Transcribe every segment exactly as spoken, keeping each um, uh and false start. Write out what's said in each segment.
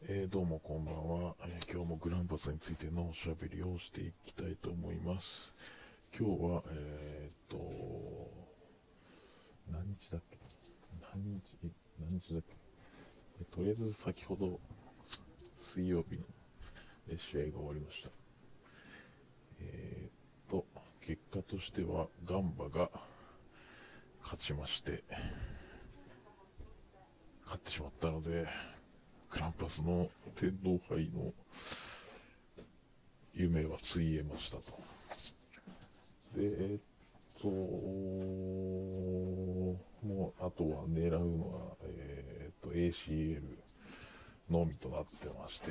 えー、どうもこんばんは、えー今日もグランパスについてのおしゃべりをしていきたいと思います。今日は、えー、っと、何日だっけ何日、え何日だっけえとりあえず先ほど水曜日にえ試合が終わりました。えー、っと、結果としてはガンバが勝ちまして、勝ってしまったので、グランパスの天皇杯の夢はついえましたと。で、えーっと、もうあとは狙うのは、えーっと、エーシーエル のみとなってまして、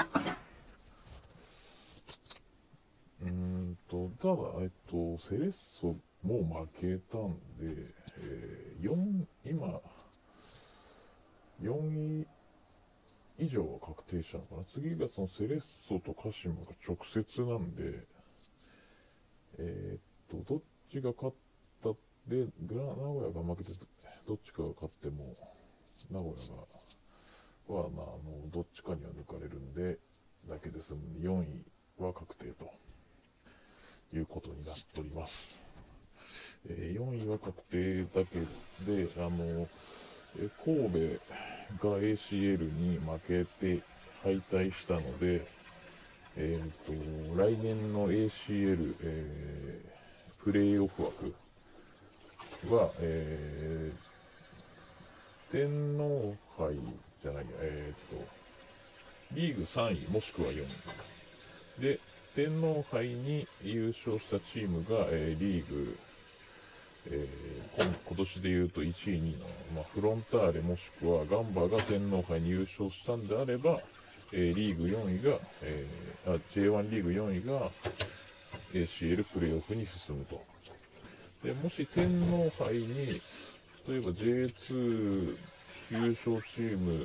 うーんと、ただ、えっと、セレッソも負けたんで、えー、よん、今、よんい以上は確定したのかな。次がそのセレッソと鹿島が直接なんで、えーっと、どっちが勝ったで、グラ名古屋が負けて、どっちかが勝っても、名古屋が、は、まあ、あの、どっちかには抜かれるんで、だけで済むんで、よんいは確定ということになっております。えー、よんいは確定だけで、あの、えー神戸が エーシーエル に負けて敗退したので、えーと、来年の エーシーエル、えープレーオフ枠は、えー天皇杯じゃないや、えーと、リーグさんいもしくはよんい。で、天皇杯に優勝したチームが、えーリーグ、えー今、今年で言うといちい、にいの、まあ、フロンターレもしくはガンバが天皇杯に優勝したんであれば、えーリーグよんいが、えーあ ジェイワン リーグよんいが エーシーエル プレーオフに進むと。で、もし天皇杯に、例えば ジェイツー 優勝チーム、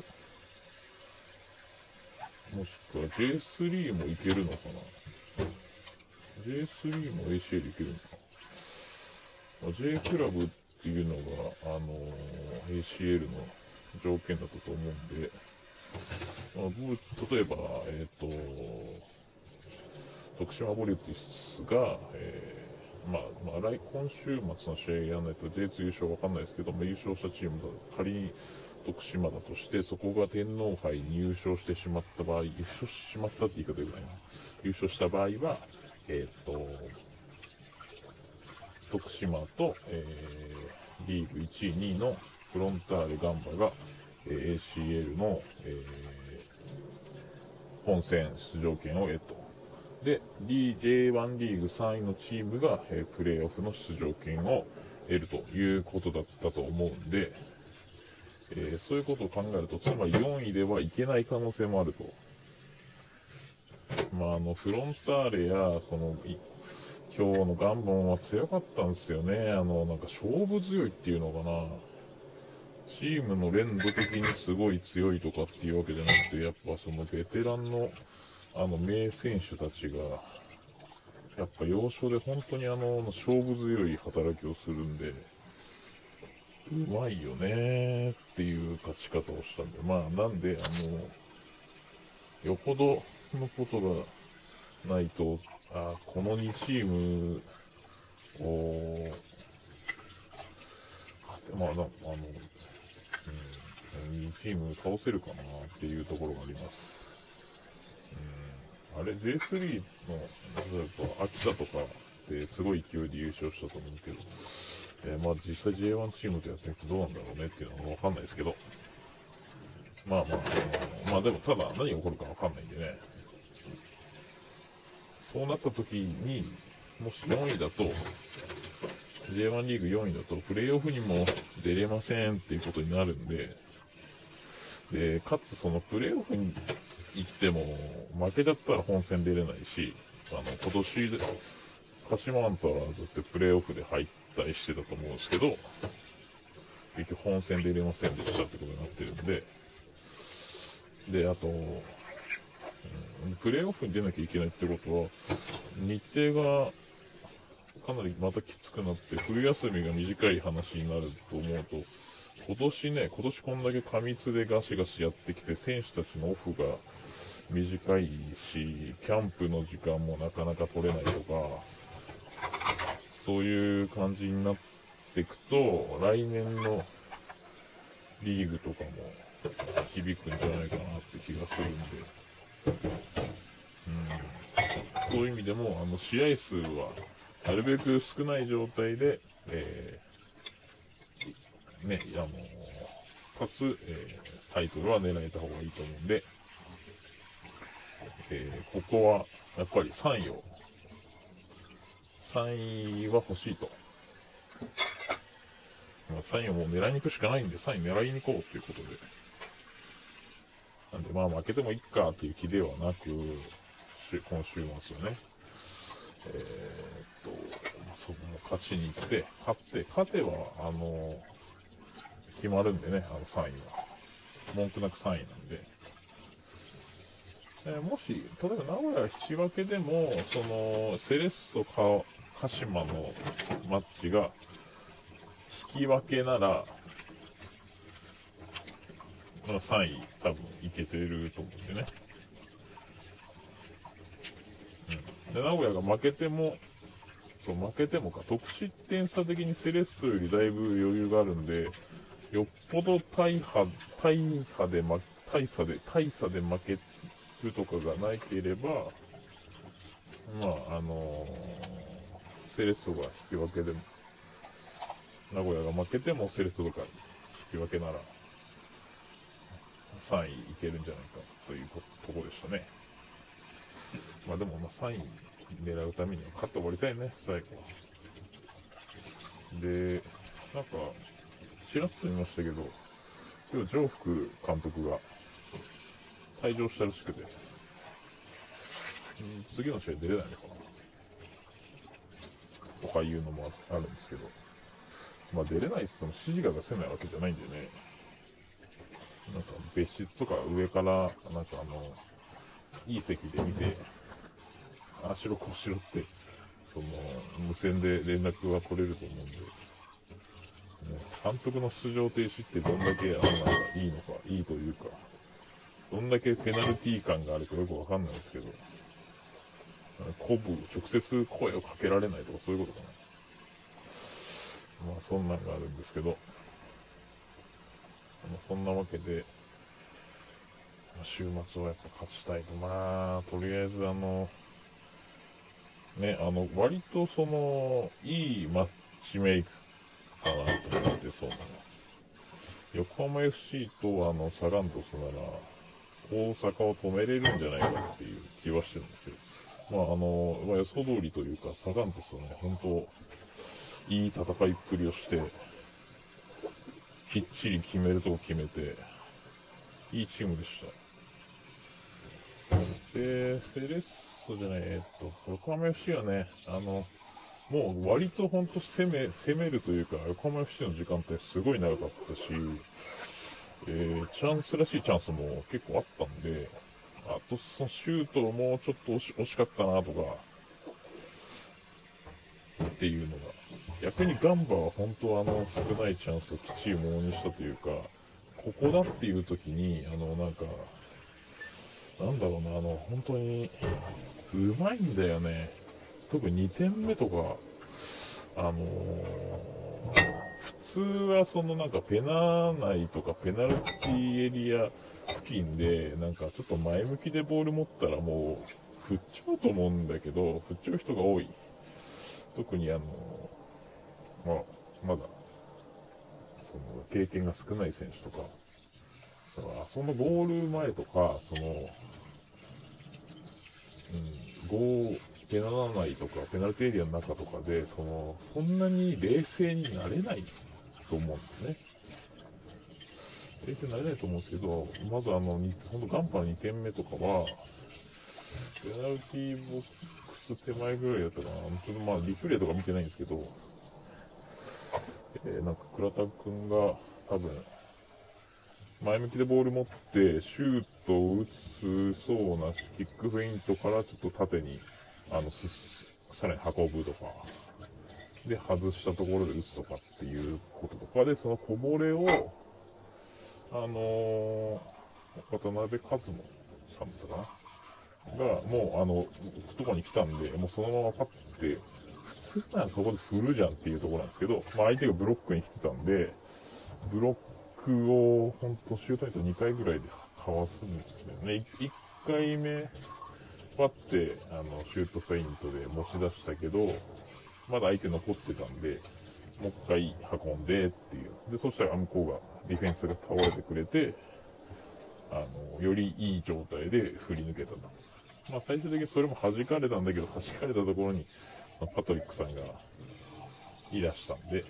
もしくは ジェイスリー もいけるのかな ?ジェイスリー も エーシーエル いけるのかな ?J クラブっていうのが、あのー、エーシーエル の条件だったと思うんで、まあ、僕例えば、えっ、と、徳島ボリュティスが、えーまあ、まあ、来今週末の試合やらないと ジェイツー 優勝わかんないですけど、まあ、優勝したチームが仮に徳島だとして、そこが天皇杯に優勝してしまった場合、優勝してしまったって言い方よくないな。優勝した場合は、えっ、と、徳島と、えーリーグいちい、にいのフロンターレガンバが、えー エーシーエル の、えー本戦出場権を得と。で、ジェイワン リーグさんいのチームが、えープレーオフの出場権を得るということだったと思うんで、えーそういうことを考えると、つまりよんいではいけない可能性もあると。まあ、あの、フロンターレや、この、今日のガンボンは強かったんですよね。あの、なんか勝負強いっていうのかな。チームの連動的にすごい強いとかっていうわけじゃなくて、やっぱそのベテランの、あの、名選手たちが、やっぱ要所で本当にあの、勝負強い働きをするんで、うまいよねーっていう勝ち方をしたんで、まあ、なんで、あの、よほどのことがないと、あこのにチームを、まあ、なあの、うん、にチーム倒せるかなっていうところがあります。うん、あれ、ジェイスリー の、例えば、秋田とかってすごい勢いで優勝したと思うけど、えー、まあ実際 ジェイワン チームとやってみてどうなんだろうねっていうのはわかんないですけど、まあまあ、まあでもただ何が起こるかわかんないんでね、そうなった時に、もしよんいだと、ジェイワン リーグよんいだと、プレーオフにも出れませんっていうことになるんで、で、かつそのプレーオフに行っても、負けちゃったら本戦出れないし、あの、今年で、鹿島アントラーズってプレーオフで敗退してたと思うんですけど、結局本戦出れませんでしたってことになってるんで、で、あと、うん、プレーオフに出なきゃいけないってことは、日程がかなりまたきつくなって、冬休みが短い話になると思うと、 今年ね、今年こんだけ過密でガシガシやってきて、選手たちのオフが短いし、キャンプの時間もなかなか取れないとか、そういう感じになっていくと、来年のリーグとかも響くんじゃないかなって気がするんで、うん、そういう意味でも、あの、試合数は、なるべく少ない状態で、えー、ね、あの、かつ、えー、タイトルは狙えた方がいいと思うんで、えー、ここは、やっぱりさんいを、さんいは欲しいと。まあ、さんいをもう狙いに行くしかないんで、さんい狙いに行こうということで。なんで、まあ負けてもいいかっていう気ではなく、今週末はね、えー、っと、そこも勝ちに行って、勝って、勝てば、あの、決まるんでね、あのさんいは。文句なくさんいなんで。えー、もし、例えば名古屋引き分けでも、その、セレッソか鹿島のマッチが、引き分けなら、まあ、さんい多分いけてると思うんでね。うん。で、名古屋が負けても、そう、負けてもか、得失点差的にセレッソよりだいぶ余裕があるんで、よっぽど大差、大差で、ま、大差で、大差で負けるとかがなければ、まあ、あのー、セレッソが引き分けでも、名古屋が負けてもセレッソとか引き分けなら、さんいいけるんじゃないかというところでしたね。まあでも、まあさんい狙うためには勝って終わりたいね、最後は。で、なんか、ちらっと見ましたけど、今日、上福監督が退場したらしくて、ん次の試合出れないのかなとかいうのもあるんですけど、まあ出れないっつっても指示が出せないわけじゃないんでね、なんか別室とか上から、なんかあの、いい席で見て、ああしろこうしろって、その、無線で連絡が取れると思うんで、ね、監督の出場停止ってどんだけあんなのがいいのか、いいというか、どんだけペナルティー感があるかよくわかんないですけど、鼓舞、直接声をかけられないとかそういうことかな。まあそんなんがあるんですけど、まあ、そんなわけで、まあ、週末はやっぱ勝ちたいと、まあとりあえずあの、ね、あの、割とその、いいマッチメイクかなと思って、そうなの。横浜 エフシー とあの、サガン鳥栖なら、大阪を止めれるんじゃないかっていう気はしてるんですけど、まああの、まあ、予想通りというか、サガン鳥栖はね、本当いい戦いっぷりをして、きっちり決めるとこ決めて、いいチームでした。で、セレッソじゃない、えっと、横浜 エフシー はね、あの、もう割とほんと攻め、攻めるというか、横浜 エフシー の時間帯すごい長かったし、えー、チャンスらしいチャンスも結構あったんで、あとそのシュートもうちょっと惜し惜しかったなとか、っていうのが、逆にガンバは本当あの少ないチャンスをきっちりものにしたというか、ここだっていう時に、あのなんか、なんだろうな、あの本当に、うまいんだよね。特ににてんめとか、あのー、普通はそのなんかペナ内とかペナルティエリア付近で、なんかちょっと前向きでボール持ったらもう、振っちゃうと思うんだけど、振っちゃう人が多い。特にあのー、まあ、まだ、その経験が少ない選手とか、そのゴール前とか、その、うん、ゴー、ペナ内とか、ペナルティエリアの中とかで、その、そんなに冷静になれないと思うんですね。冷静になれないと思うんですけど、まずあの、ほんとガンパのにてんめとかは、ペナルティーボックス手前ぐらいだったかな。ちょっとまあ、リプレイとか見てないんですけど、えー、なんか倉田くんが多分、前向きでボール持って、シュートを打つそうなキックフェイントからちょっと縦に、あの、す、さらに運ぶとか、 で外したところで打つとかっていうこととかで、そのこぼれを、あのー、渡辺和馬さんだったかなが、もう、あの、とこに来たんで、もうそのままパッて、普通ならそこで振るじゃんっていうところなんですけど、まあ相手がブロックに来てたんで、ブロックを、ほんと、シュートインとにかいぐらいでかわすんですよね。いっかいめ、パッて、あの、シュートフェイントで持ち出したけど、まだ相手残ってたんで、もう一回運んでっていう。で、そしたら向こうが、ディフェンスが倒れてくれて、あの、よりいい状態で振り抜けたと。まあ最終的にそれも弾かれたんだけど、弾かれたところに、まあ、パトリックさんがいらしたんで、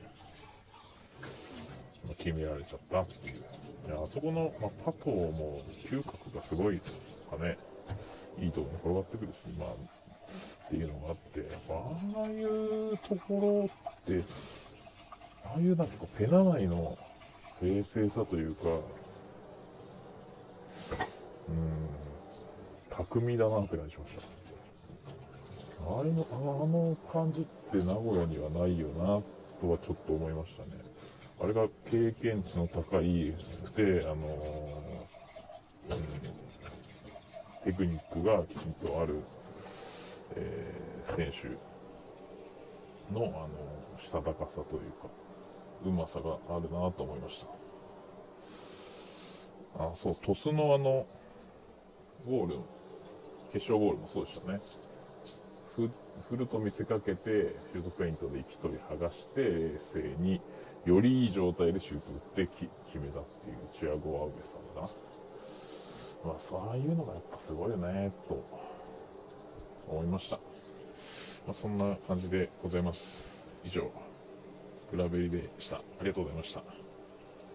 まあ、決められちゃったっていう。いや、あそこの、まあ、パトも嗅覚がすごいかね、いいところに転がってくるし、まあ、っていうのがあって、やっぱああいうところって、ああいうなんかこうペナ内の冷静さというか、うーん、巧みだなって感じしました。ああいうの、あの感じって名古屋にはないよな、とはちょっと思いましたね。あれが経験値の高い、で、あのー、うん、テクニックがきちんとある、えー、選手の、あのー、したたかさというか、うまさがあるなと思いました。あ、そう、鳥栖のあの、ゴール、決勝ゴールもそうでしたね。ふ振ると見せかけて、シュートペイントで一人剥がして、冷静に、よりいい状態でシュート打ってき決めたっていう、チアゴ・アウベさんかな。まあ、そういうのがやっぱすごいよね、と思いました。まあ、そんな感じでございます。以上、グラベリでした。ありがとうございました。